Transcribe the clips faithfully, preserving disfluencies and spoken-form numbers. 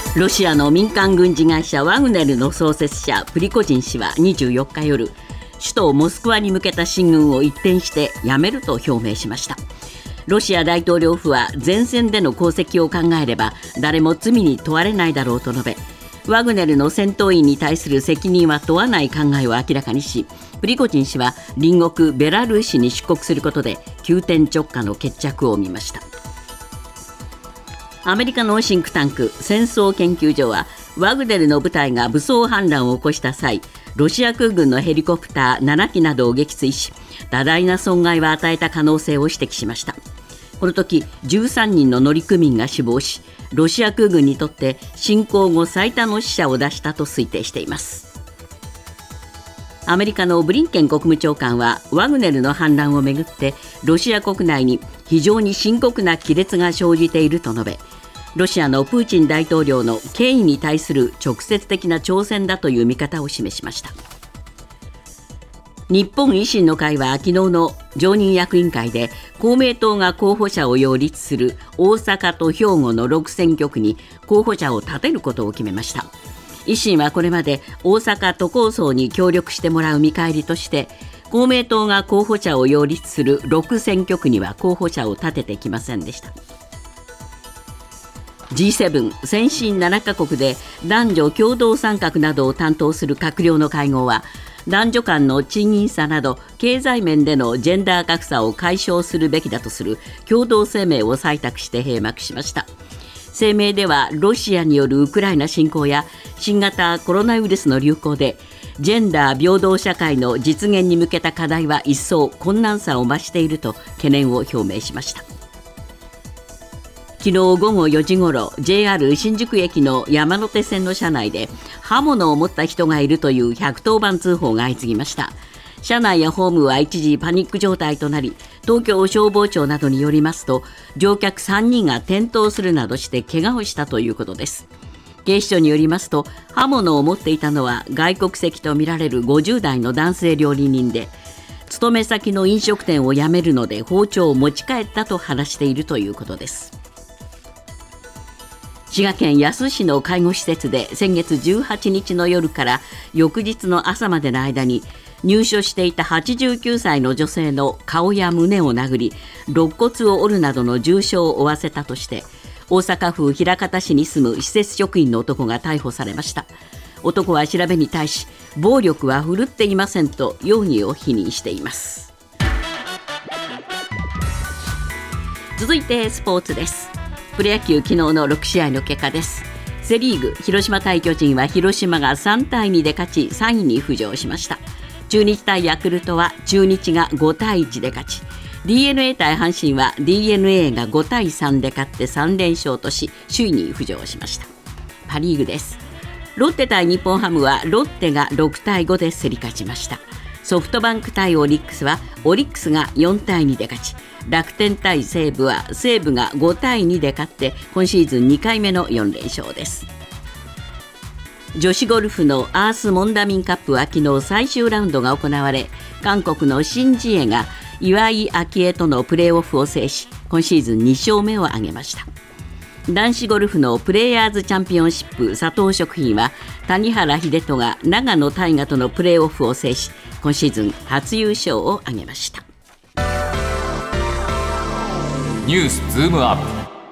ロシアの民間軍事会社ワグネルの創設者プリゴジン氏はにじゅうよっか夜、首都モスクワに向けた進軍を一転してやめると表明しました。ロシア大統領府は前線での功績を考えれば誰も罪に問われないだろうと述べ、ワグネルの戦闘員に対する責任は問わない考えを明らかにし、プリゴジン氏は隣国ベラルーシに出国することで急転直下の決着を見ました。アメリカのシンクタンク戦争研究所は、ワグネルの部隊が武装反乱を起こした際、ロシア空軍のヘリコプターななきなどを撃墜し、多大な損害を与えた可能性を指摘しました。この時じゅうさんにんの乗組員が死亡し、ロシア空軍にとって侵攻後最多の死者を出したと推定しています。アメリカのブリンケン国務長官は、ワグネルの反乱をめぐってロシア国内に非常に深刻な亀裂が生じていると述べ、ロシアのプーチン大統領の権威に対する直接的な挑戦だという見方を示しました。日本維新の会は昨日の常任役員会で、公明党が候補者を擁立する大阪と兵庫のろく選挙区に候補者を立てることを決めました。維新はこれまで大阪都構想に協力してもらう見返りとして、公明党が候補者を擁立するろく選挙区には候補者を立ててきませんでした。 ジーセブン 先進ななカ国で男女共同参画などを担当する閣僚の会合は、男女間の賃金差など経済面でのジェンダー格差を解消するべきだとする共同声明を採択して閉幕しました。声明では、ロシアによるウクライナ侵攻や新型コロナウイルスの流行で、ジェンダー平等社会の実現に向けた課題は一層困難さを増していると懸念を表明しました。昨日午後よじごろ、 ジェイアール 新宿駅の山手線の車内で刃物を持った人がいるというひゃくとおばん通報が相次ぎました。車内やホームは一時パニック状態となり、東京消防庁などによりますと、乗客さんにんが転倒するなどして怪我をしたということです。警視庁によりますと、刃物を持っていたのは外国籍とみられるごじゅう代の男性料理人で、勤め先の飲食店を辞めるので包丁を持ち帰ったと話しているということです。滋賀県野洲市の介護施設で先月じゅうはちにちの夜から翌日の朝までの間に、入所していたはちじゅうきゅうさいの女性の顔や胸を殴り、肋骨を折るなどの重傷を負わせたとして、大阪府枚方市に住む施設職員の男が逮捕されました。男は調べに対し、暴力は振るっていませんと容疑を否認しています。続いてスポーツです。プロ野球昨日のろくしあいの結果です。セリーグ広島対巨人は広島がさんたいにで勝ちさんいに浮上しました。中日対ヤクルトは中日がごたいいちで勝ち、 ディーエヌエー 対阪神は ディーエヌエー がごたいさんで勝ってさんれんしょうとし首位に浮上しました。パリーグです。ロッテ対日本ハムはロッテがろくたいごで競り勝ちました。ソフトバンク対オリックスはオリックスがよんたいにで勝ち、楽天対西武は西武がごたいにで勝って今シーズンにかいめのよんれんしょうです。女子ゴルフのアースモンダミンカップは昨日最終ラウンドが行われ、韓国のシン・ジエが岩井明愛とのプレーオフを制し、今シーズンにしょうめを挙げました。男子ゴルフのプレイヤーズチャンピオンシップ佐藤食品は谷原秀人が長野大河とのプレーオフを制し、今シーズン初優勝を挙げました。 ニュースズームアップ。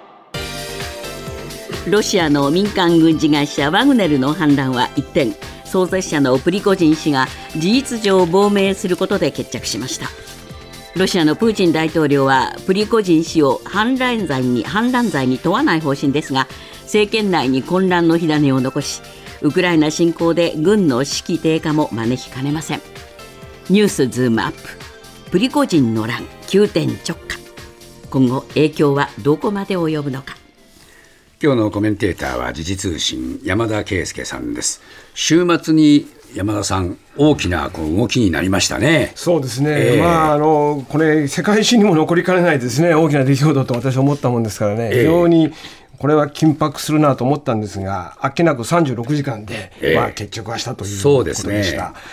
ロシアの民間軍事会社ワグネルの反乱は一転、創設者のプリゴジン氏が事実上亡命することで決着しました。ロシアのプーチン大統領はプリゴジン氏を反乱罪に反乱罪に問わない方針ですが、政権内に混乱の火種を残し、ウクライナ侵攻で軍の士気低下も招きかねません。ニュースズームアップ。プリゴジンの乱急転直下、今後影響はどこまで及ぶのか。 今日のコメンテーターは時事通信山田圭介さんです。週末に山田さん、大きなこう動きになりましたね。 そうですね、 えーまあ、あのこれ世界史にも残りかねないですね、大きな出来事と私は思ったもんですからね、 えー、 非常にこれは緊迫するなと思ったんですが、あっけなくさんじゅうろくじかんで、 えーまあ、決着はしたということでした。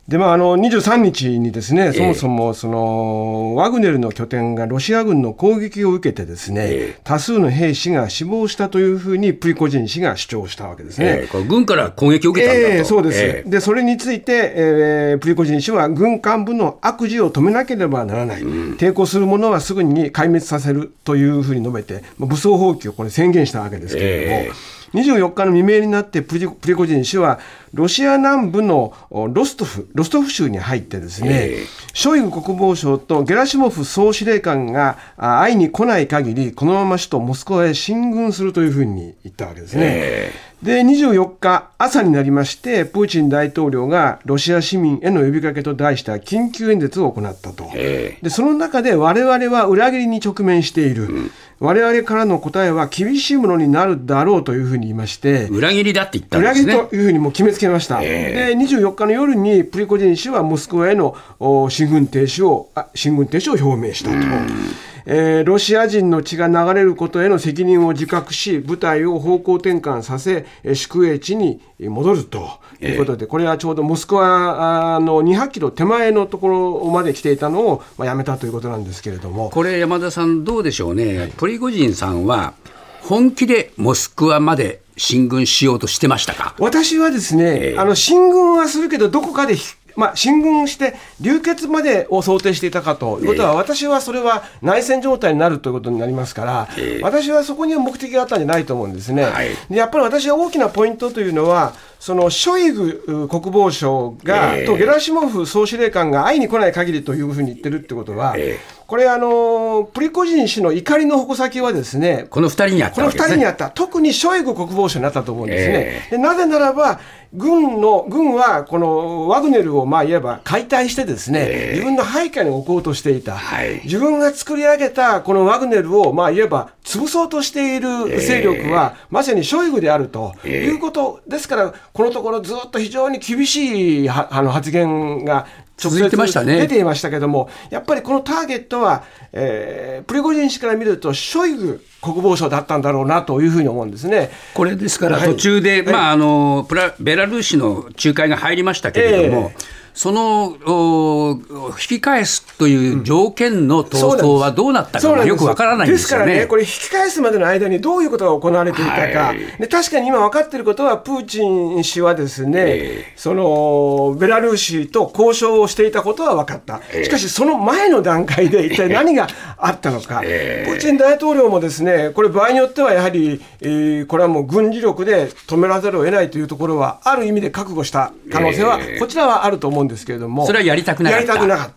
でまあ、あのにじゅうさんにちにですね、そもそもそのワグネルの拠点がロシア軍の攻撃を受けてですね、えー、多数の兵士が死亡したというふうにプリコジン氏が主張したわけですね。 えー、これ軍から攻撃を受けたんだと、 えー、そうです、 えー、 でそれについて、えー、プリコジン氏は軍幹部の悪事を止めなければならない、うん、抵抗する者はすぐに壊滅させるというふうに述べて武装蜂起をこれ宣言したわけですけれども、えーにじゅうよっかの未明になってプリ、プリコジン氏はロシア南部のロストフ、ロストフ州に入ってですね、えー、ショイグ国防相とゲラシモフ総司令官が会いに来ない限りこのまま首都モスクワへ進軍するというふうに言ったわけですね。えーでにじゅうよっか朝になりましてプーチン大統領がロシア市民への呼びかけと題した緊急演説を行ったと。でその中で我々は裏切りに直面している、うん、我々からの答えは厳しいものになるだろうというふうに言いまして、 裏切りだって言ったんですね。 裏切りというふうにもう決めつけました。でにじゅうよっかの夜にプリコジン氏はモスクワへの進軍停止をあ進軍停止を表明したと。えー、ロシア人の血が流れることへの責任を自覚し部隊を方向転換させ宿営地に戻るということで、これはちょうどモスクワのにひゃくキロ手前のところまで来ていたのを、まあ、やめたということなんですけれども、 これ山田さんどうでしょうね。プリゴジンさんは本気でモスクワまで進軍しようとしてましたか。 私はですね、えー、あの進軍はするけどどこかでまあ、進軍して流血までを想定していたかということは、えー、私はそれは内戦状態になるということになりますから、えー、私はそこには目的があったんじゃないと思うんですね、はい、でやっぱり私は大きなポイントというのはそのショイグ国防相が、えー、とゲラシモフ総司令官が会いに来ない限りというふうに言ってるってことは、えー、これあのプリコジン氏の怒りの矛先はですねこのふたりにあったわけですね。 このふたりにあった。特にショイグ国防相になったと思うんですね、えー、でなぜならば軍の軍はこのワグネルをまあいわば解体してですね、えー、自分の配下に置こうとしていた、はい、自分が作り上げたこのワグネルをまあいわば潰そうとしている勢力は、えー、まさにショイグであるということですから、このところずっと非常に厳しいあの発言が続いてましたね。 出ていましたけども、やっぱりこのターゲットは、えー、プリゴジン氏から見るとショイグ国防相だったんだろうなというふうに思うんですね。 これですから途中で、はいまあ、あのプラベラルーシの仲介が入りましたけれども、えーその引き返すという条件の闘争はどうなったかよくわからないんですよね。 ですからね、これ引き返すまでの間にどういうことが行われていたか、はい、で確かに今分かっていることはプーチン氏はですね、えー、そのベラルーシと交渉をしていたことは分かった。しかしその前の段階で一体何があったのか、えー、プーチン大統領もですね、これ場合によってはやはり、えー、これはもう軍事力で止めらざるを得ないというところはある意味で覚悟した可能性はこちらはあると思うんですけれども、 それはやりたくなかった。 やりたくなかった。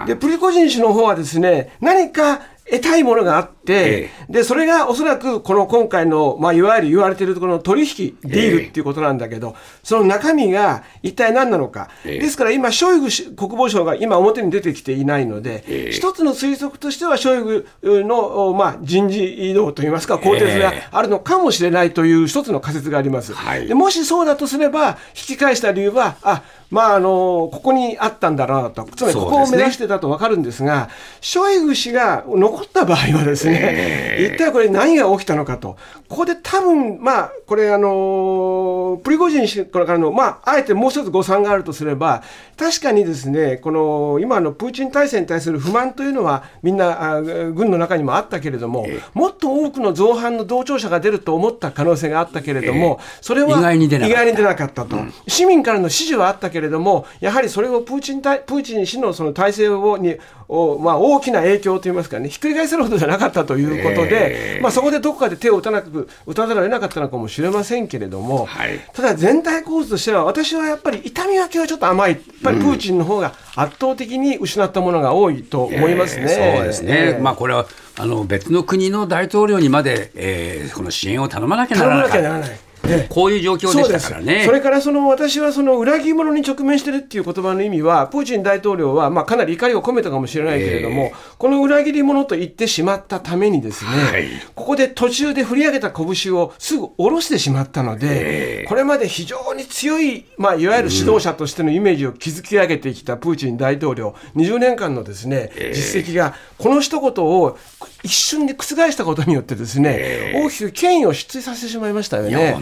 でプリゴジン氏の方はですね、何か得たいものがあって、ええ、でそれがおそらくこの今回の、まあ、いわゆる言われているところの取引ディールっていうことなんだけど、え、その中身が一体何なのか、ですから今ショイグ国防相が今表に出てきていないので、一つの推測としてはショイグの、まあ、人事異動といいますか更迭があるのかもしれないという一つの仮説があります、はい、でもしそうだとすれば引き返した理由はあまあ、あのここにあったんだろうなと、つまりここを目指してたと分かるんですが、ショイグ氏が残った場合はですね、えー、一体これ何が起きたのかと、ここで多分、まあ、これあのプリゴジン氏からの、まあ、あえてもう一つ誤算があるとすれば、確かにですね、この今のプーチン体制に対する不満というのはみんなあ軍の中にもあったけれども、えー、もっと多くの造反の同調者が出ると思った可能性があったけれども、えー、それは意外に出なかったと、うん、市民からの支持はあったけれども、やはりそれをプーチン、プーチン氏のその体制をにお、まあ、大きな影響といいますかね、ひっくり返せるほどじゃなかったということで、えーまあ、そこでどこかで手を打たなく打たざるを得なかったのかもしれませんけれども、はい、ただ全体構図としては私はやっぱり痛み分けはちょっと甘い。やっぱりプーチンの方が圧倒的に失ったものが多いと思いますね、 えー、そうですね、えーまあ、これはあの別の国の大統領にまで、えー、この支援を頼まなきゃならなかった。こういう状況でしたからね。 そ, それからその私はその裏切り者に直面しているっていう言葉の意味は、プーチン大統領はまあかなり怒りを込めたかもしれないけれども、えー、この裏切り者と言ってしまったためにですね、はい、ここで途中で振り上げた拳をすぐ下ろしてしまったので、えー、これまで非常に強い、まあ、いわゆる指導者としてのイメージを築き上げてきたプーチン大統領にじゅうねんかんのですね、えー、実績がこの一言を一瞬で覆したことによってですね、えー、大きく権威を失墜させてしまいましたよね。 いや本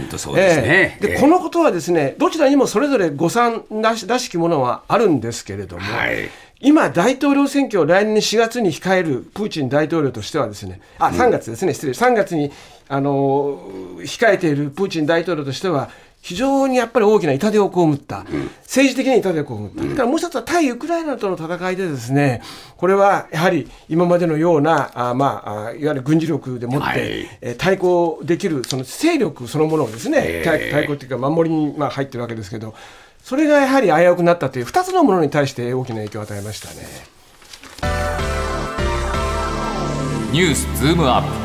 当そうですね。 えー、で、えー、このことはですね、どちらにもそれぞれ誤算らしらしきものはあるんですけれども、はい、今、大統領選挙を来年しがつに控えるプーチン大統領としてはですね、あ、さんがつですね、失礼、さんがつにあの控えているプーチン大統領としては、非常にやっぱり大きな痛手を被った、うん、政治的に痛手を被った、うん、だからもう一つは対ウクライナとの戦いでですね、これはやはり今までのようなあ、まあ、いわゆる軍事力でもって、はい、えー、対抗できるその勢力そのものをですね、えー、対抗というか守りに、まあ、入ってるわけですけど、それがやはり危うくなったというふたつのものに対して大きな影響を与えましたね。 ニュースズームアップ。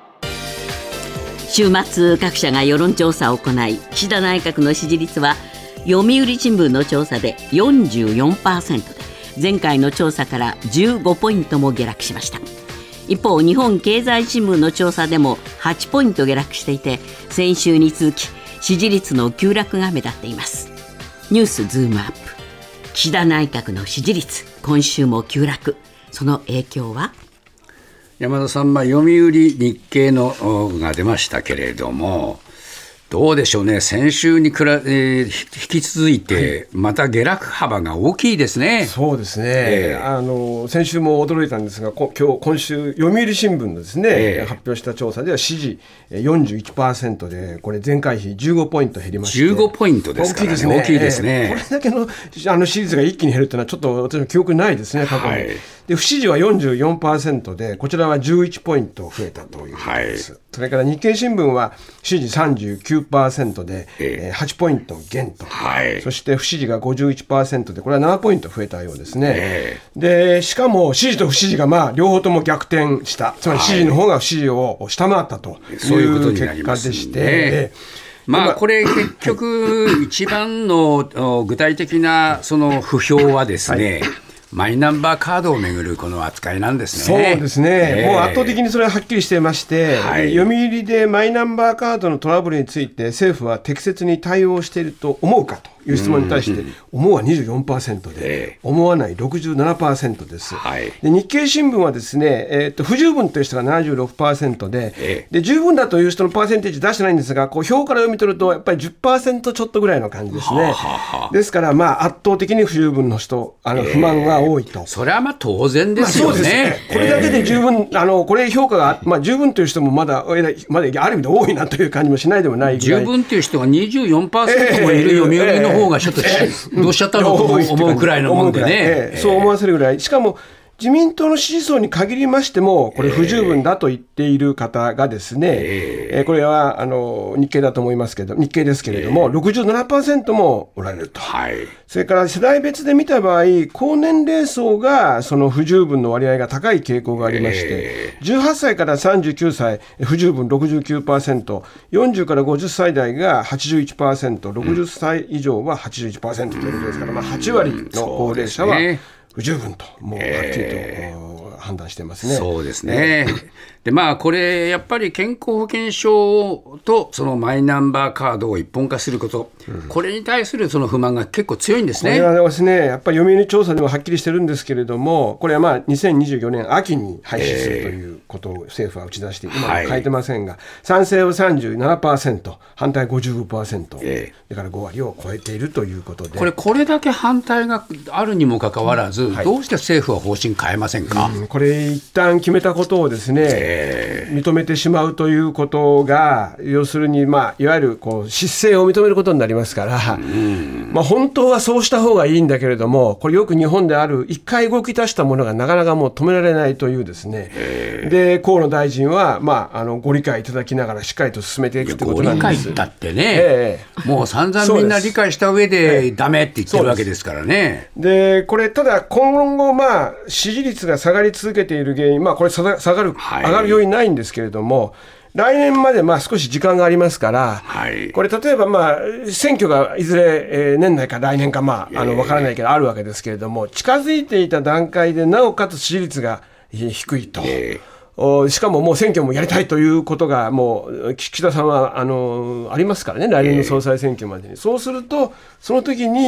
週末各社が世論調査を行い、岸田内閣の支持率は読売新聞の調査で よんじゅうよんパーセント で、前回の調査からじゅうごポイントも下落しました。一方、日本経済新聞の調査でもはちポイント下落していて、先週に続き支持率の急落が目立っています。ニュースズームアップ。岸田内閣の支持率、今週も急落。その影響は？ 山田さん、まあ、読売日経のが出ましたけれども、どうでしょうね、先週にくら、えー、引き続いてまた下落幅が大きいですね。 そうですね、えー、あの先週も驚いたんですが、こ今日今週読売新聞のですね、えー、発表した調査では支持 よんじゅういちパーセント で、これ前回比じゅうごポイント減りまして、 じゅうごポイントですからね、大きいですね。大きいですね、 えー、これだけの、あの支持率が一気に減るというのはちょっと私の記憶ないですね、過去に。はい、で不支持は よんじゅうよんパーセント で、こちらはじゅういちポイント増えたということです。はい、それから日経新聞は支持 さんじゅうきゅうパーセント で、えー、はちポイント減と、はい、そして不支持が ごじゅういちパーセント で、これはななポイント増えたようですね。えー、でしかも支持と不支持がまあ両方とも逆転した、つまり支持の方が不支持を下回ったという結果でして、 まあ、これ結局一番の具体的なその不評はですね、はい、マイナンバーカードをめぐるこの扱いなんですね。 そうですね、えー、もう圧倒的にそれははっきりしていまして、はい、読売でマイナンバーカードのトラブルについて政府は適切に対応していると思うかという質問に対して、思うは にじゅうよんパーセント で、思わない ろくじゅうななパーセント です。はい、で日経新聞はですね、えー、と不十分という人が ななじゅうろくパーセント で、えー、で十分だという人のパーセンテージ出してないんですが、こう表から読み取るとやっぱり じゅっパーセント ちょっとぐらいの感じですね。はあはあ、ですから、まあ、圧倒的に不十分の人、あの不満が多いと。 えー、それはまあ当然ですよね。まあ、そうですね。 これだけで十分、えー、あのこれ評価が、まあ、十分という人もまだ、まだある意味で多いなという感じもしないでもないぐらい。 十分という人が にじゅうよんパーセント もいる読売の方がちょっと、えーえーどうしちゃったのと思うくらいのもんでね、 えー、そう思わせるぐらい。しかも自民党の支持層に限りましても、これ不十分だと言っている方がですね、えーえー、これはあの日経だと思いますけど、日経ですけれども、えー、ろくじゅうななパーセント もおられると。はい、それから世代別で見た場合、高年齢層がその不十分の割合が高い傾向がありまして、えー、じゅうはっさいからさんじゅうきゅうさい不十分 ろくじゅうきゅうパーセント、よんじゅうからごじゅっさい代が はちじゅういちパーセント、ろくじゅっさい以上は はちじゅういちパーセント ということですから、まあ、はち割の高齢者は不十分と、もうはっきりと、えー、判断してますね。 そうですね。でまあ、これやっぱり健康保険証とそのマイナンバーカードを一本化すること、うん、これに対するその不満が結構強いんですね。 これはですね、やっぱり読売調査でもはっきりしてるんですけれども、これはまあにせんにじゅうよねん秋に廃止するということを政府は打ち出して、今は変えてませんが、はい、賛成は さんじゅうななパーセント、反対 ごじゅうごパーセント、えー、だからご割を超えているということで、 これこれだけ反対があるにもかかわらず、うんはい、どうして政府は方針変えませんか。 うん、これ一旦決めたことをですね、えー、認めてしまうということが、要するに、まあ、いわゆるこう失政を認めることになりますから、うんまあ、本当はそうした方がいいんだけれども、これよく日本である一回動き出したものがなかなかもう止められないというですね、えー、で河野大臣は、まあ、あのご理解いただきながらしっかりと進めていくということなんです。 ご理解だってね、えー、もう散々みんな理解した上でダメって言ってるわけですからね。 でこれただ今後、まあ、支持率が下がり続けている原因、まあ、これ下がる、はい、上がる要因ないんですけれども、来年までまあ少し時間がありますから、はい、これ例えばまあ選挙がいずれ、えー、年内か来年かまああの分からないけどあるわけですけれども、近づいていた段階でなおかつ支持率が低いと、えー、しかももう選挙もやりたいということがもう岸田さんはあのありますからね、来年の総裁選挙までに、えー、そうするとその時に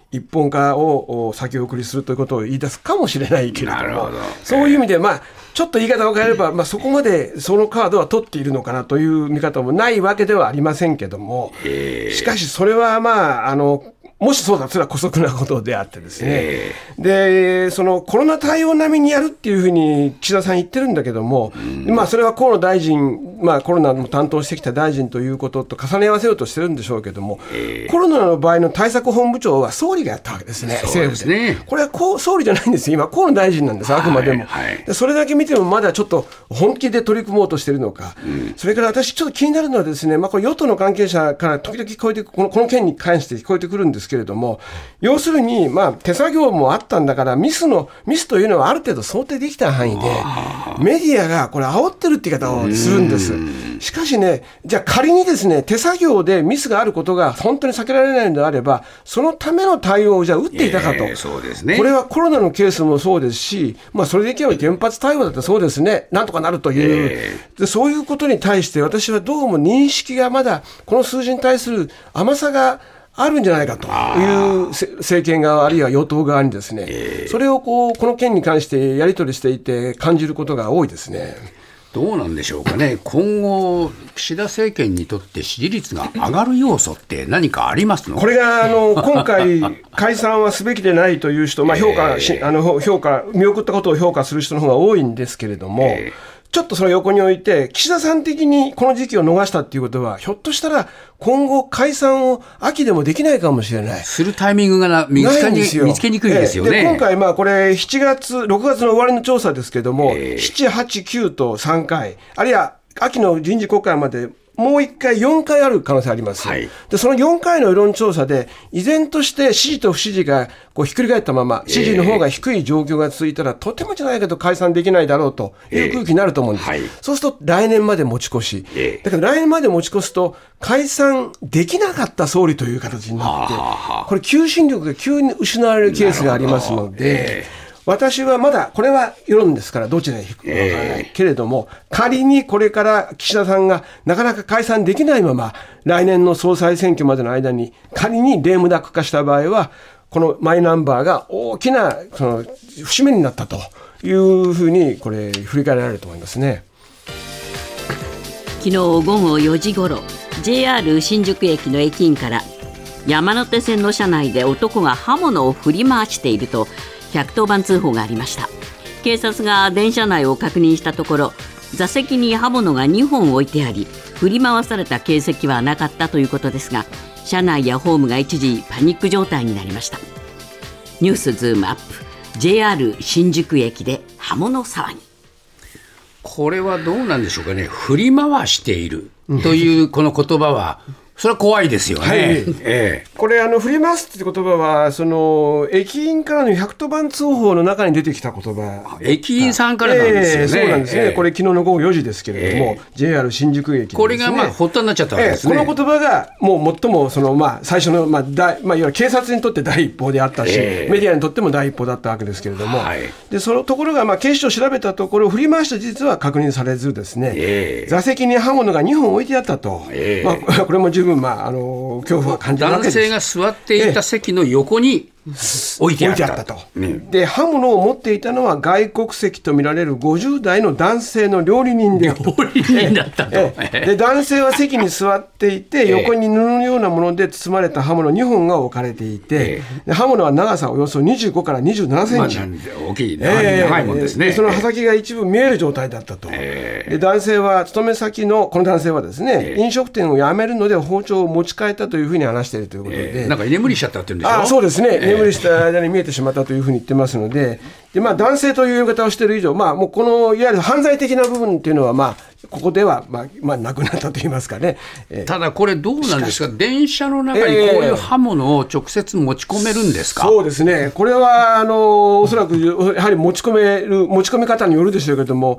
一本化を先送りするということを言い出すかもしれないけれども、 なるほど、 そういう意味で、まあ、ちょっと言い方を変えれば、まあ、そこまでそのカードは取っているのかなという見方もないわけではありませんけども、しかしそれはまああのもしそうだとすれば姑息なことであってですね、でそのコロナ対応並みにやるっていうふうに岸田さん言ってるんだけども、まあ、それは河野大臣、まあ、コロナも担当してきた大臣ということと重ね合わせようとしてるんでしょうけども、コロナの場合の対策本部長は総理がやったわけですね、 そうですね、 政府で。これはこう総理じゃないんですよ、今河野大臣なんです、あくまでも、 はいはい、 でそれだけ見てもまだちょっと本気で取り組もうとしているのか、うん、それから私ちょっと気になるのはですね、まあ、これ与党の関係者から時々聞こえてこの、この件に関して聞こえてくるんですけれども、要するに、まあ、手作業もあったんだからミスのミスというのはある程度想定できた範囲でメディアがこれ煽ってるって言い方をするんです。しかしね、じゃあ仮にですね手作業でミスがあることが本当に避けられないのであれば、そのための対応をじゃあ打っていたかと、 えーそうですね、 これはコロナのケースもそうですし、まあ、それでいけば原発対応だってそうですね、なんとかなるという、えー、でそういうことに対して私はどうも認識がまだこの数字に対する甘さがあるんじゃないかという政権側あるいは与党側にですね、えー、それをこうこの件に関してやり取りしていて感じることが多いですね。 どうなんでしょうかね、今後岸田政権にとって支持率が上がる要素って何かありますの？ これがあの今回解散はすべきでないという人、まあ、評価し、えー、あの評価見送ったことを評価する人の方が多いんですけれども、えーちょっとその横に置いて、岸田さん的にこの時期を逃したっていうことは、ひょっとしたら今後解散を秋でもできないかもしれない。 するタイミングがな見つけに、見つけにくいですよね。 で今回まあこれしちがつ、ろくがつの終わりの調査ですけども、えー、なな、はち、きゅうとさんかい、あるいは秋の臨時国会までもういっかいよんかいある可能性あります、はい、でそのよんかいの世論調査で依然として支持と不支持がこうひっくり返ったまま支持の方が低い状況が続いたら、えー、とてもじゃないけど解散できないだろうという空気になると思うんです、えーはい、そうすると来年まで持ち越し、えー、だから来年まで持ち越すと解散できなかった総理という形になってこれ求心力が急に失われるケースがありますので、私はまだこれは世論ですからどちらに引くか分からない、えー、けれども仮にこれから岸田さんがなかなか解散できないまま来年の総裁選挙までの間に仮にレームダック化した場合はこのマイナンバーが大きなその節目になったというふうにこれ振り返られると思いますね。 昨日午後よじごろ ジェイアール 新宿駅の駅員から山手線の車内で男が刃物を振り回しているとひゃくとおばん通報がありました。警察が電車内を確認したところ座席に刃物がにほん置いてあり振り回された形跡はなかったということですが、車内やホームが一時パニック状態になりました。ニュースズームアップ ジェイアール 新宿駅で刃物騒ぎ。 これはどうなんでしょうかね。振り回しているというこの言葉はそれは怖いですよね、はいええ、これあの振り回すって言葉はその駅員からのひゃくとばん通報の中に出てきた言葉。 駅員さんからなんですよね、えー、 そうなんですね、えー、これ昨日のごごよじですけれども、えー、ジェイアール 新宿駅、ね、 これがまあ発端になっちゃったわけですね、 えー、この言葉がもう最もそのまあ最初のまあ大、まあ、いわゆる警察にとって第一報であったし、えー、メディアにとっても第一報だったわけですけれども、はい、でそのところがまあ警視庁を調べたところ振り回した事実は確認されずですね、えー、座席に刃物がにほん置いてあったと、えーまあ、これも十分まああの恐怖は感じるわけです。 男性が座っていた席の横に置いてあった、 置いてあったと、ね、で刃物を持っていたのは外国籍とみられるごじゅうだいの男性の料理人であったと。 料理人だったと。 ええで男性は席に座っていて横に布のようなもので包まれた刃物にほんが置かれていて、で刃物は長さおよそにじゅうごからにじゅうななセンチ、まあ、大きい、ねえー、長いもんですね。 でその刃先が一部見える状態だったと、えー、で男性は勤め先のこの男性はですね、えー、飲食店を辞めるので包丁を持ち帰ったというふうに話しているということで、 えー、なんか居眠りしちゃったって言うんでしょ。 あそうですね、えー、居眠りした間に見えてしまったというふうに言ってますので、で、まあ、男性という言い方をしている以上、まあ、もうこのいわゆる犯罪的な部分というのは、まあ、ここでは、まあまあ、なくなったといいますかね、えー、 ただこれどうなんですか、電車の中にこういう刃物を直接持ち込めるんですか。 えー、そうですね、これはあのおそらくやはり持ち込める持ち込み方によるでしょうけれども、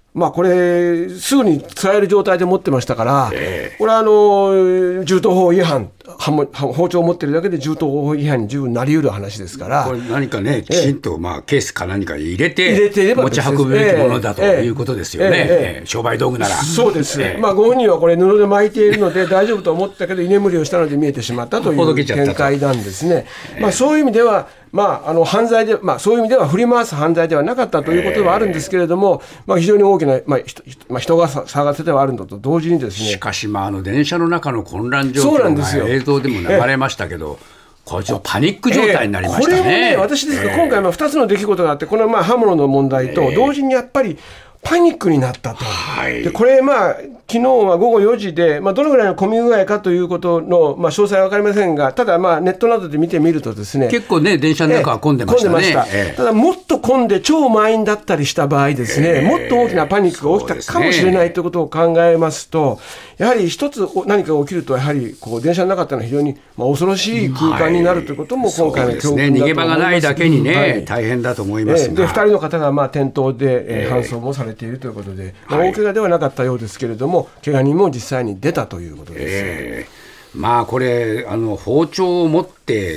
まあ、これすぐに使える状態で持ってましたから、 えー、 これはあの銃刀法違反、包丁を持ってるだけで銃刀法違反に十分なり得る話ですから、 これ何かねきちんと、まあ、ケースか何かに入れて入れて持ち運ぶべきものだということですよね、えーえーえー、商売道具なら。 そうです、 えーまあ、ご本人はこれ布で巻いているので大丈夫と思ったけど居眠りをしたので見えてしまったという見解なんですね。まあ、そういう意味ではまあ、あの犯罪で、まあ、そういう意味では振り回す犯罪ではなかったということはあるんですけれども、えーまあ、非常に大きな、まあ 人, まあ、人が探せではあるのと同時にですね、 しかし、まあ、あの電車の中の混乱状況が映像でも流れましたけど、これちょっとパニック状態になりましたね。 えー、これもね、私ですが、えー、今回のふたつの出来事があって、このまあ刃物の問題と同時にやっぱりパニックになったと、はい、でこれ、まあ、昨日はごごよじで、まあ、どのぐらいの混み具合かということの、まあ、詳細は分かりませんが、ただ、まあ、ネットなどで見てみるとですね、 結構ね、電車の中は混んでましたね。混んでました、 ええ、ただ、もっと混んで超満員だったりした場合ですね、ええ、もっと大きなパニックが起きたかもしれないということを考えますと、やはり一つ何かが起きると、やはりこう電車の中というのは非常にまあ恐ろしい空間になるということも今回の教訓だと思います。 はい、ね、逃げ場がないだけにね、はい、大変だと思いますが、 でふたりの方がまあ転倒で、えー、搬送もされているということで、まあ、大怪我ではなかったようですけれども、怪我人も実際に出たということです。 えー、まあこれあの包丁を持って、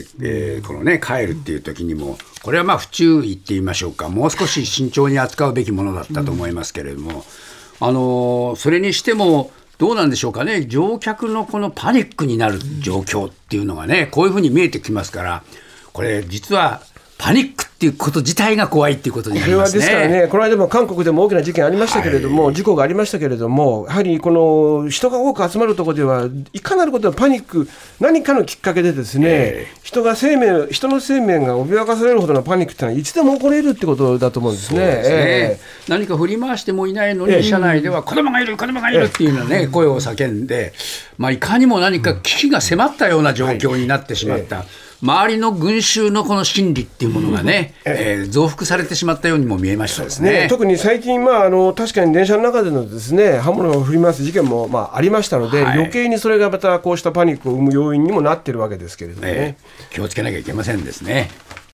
えーこのね、帰るっていう時にもこれはまあ不注意って言いましょうか、もう少し慎重に扱うべきものだったと思いますけれども、うん、あのそれにしてもどうなんでしょうかね、乗客のこのパニックになる状況っていうのがね、こういうふうに見えてきますから、これ実はパニックっていうこと自体が怖いっていうことになりますね。 これはですからね、この間も韓国でも大きな事件ありましたけれども、はい、事故がありましたけれども、やはりこの人が多く集まるところではいかなることのパニック、何かのきっかけでですね、えー、人が生命人の生命が脅かされるほどのパニックってのはいつでも起これるってことだと思うんですね。そうですね、えー、何か振り回してもいないのに、えー、車内では子供がいる子供がいるっていうのね、えー、声を叫んで、まあ、いかにも何か危機が迫ったような状況になってしまった、はい、えー周りの群衆のこの心理っていうものがね、うんえー、増幅されてしまったようにも見えましたですね。 ね、特に最近、まあ、あの確かに電車の中でのですね、刃物を振り回す事件も、まあ、ありましたので、はい、余計にそれがまたこうしたパニックを生む要因にもなっているわけですけれどもね、 えー、気をつけなきゃいけませんですね。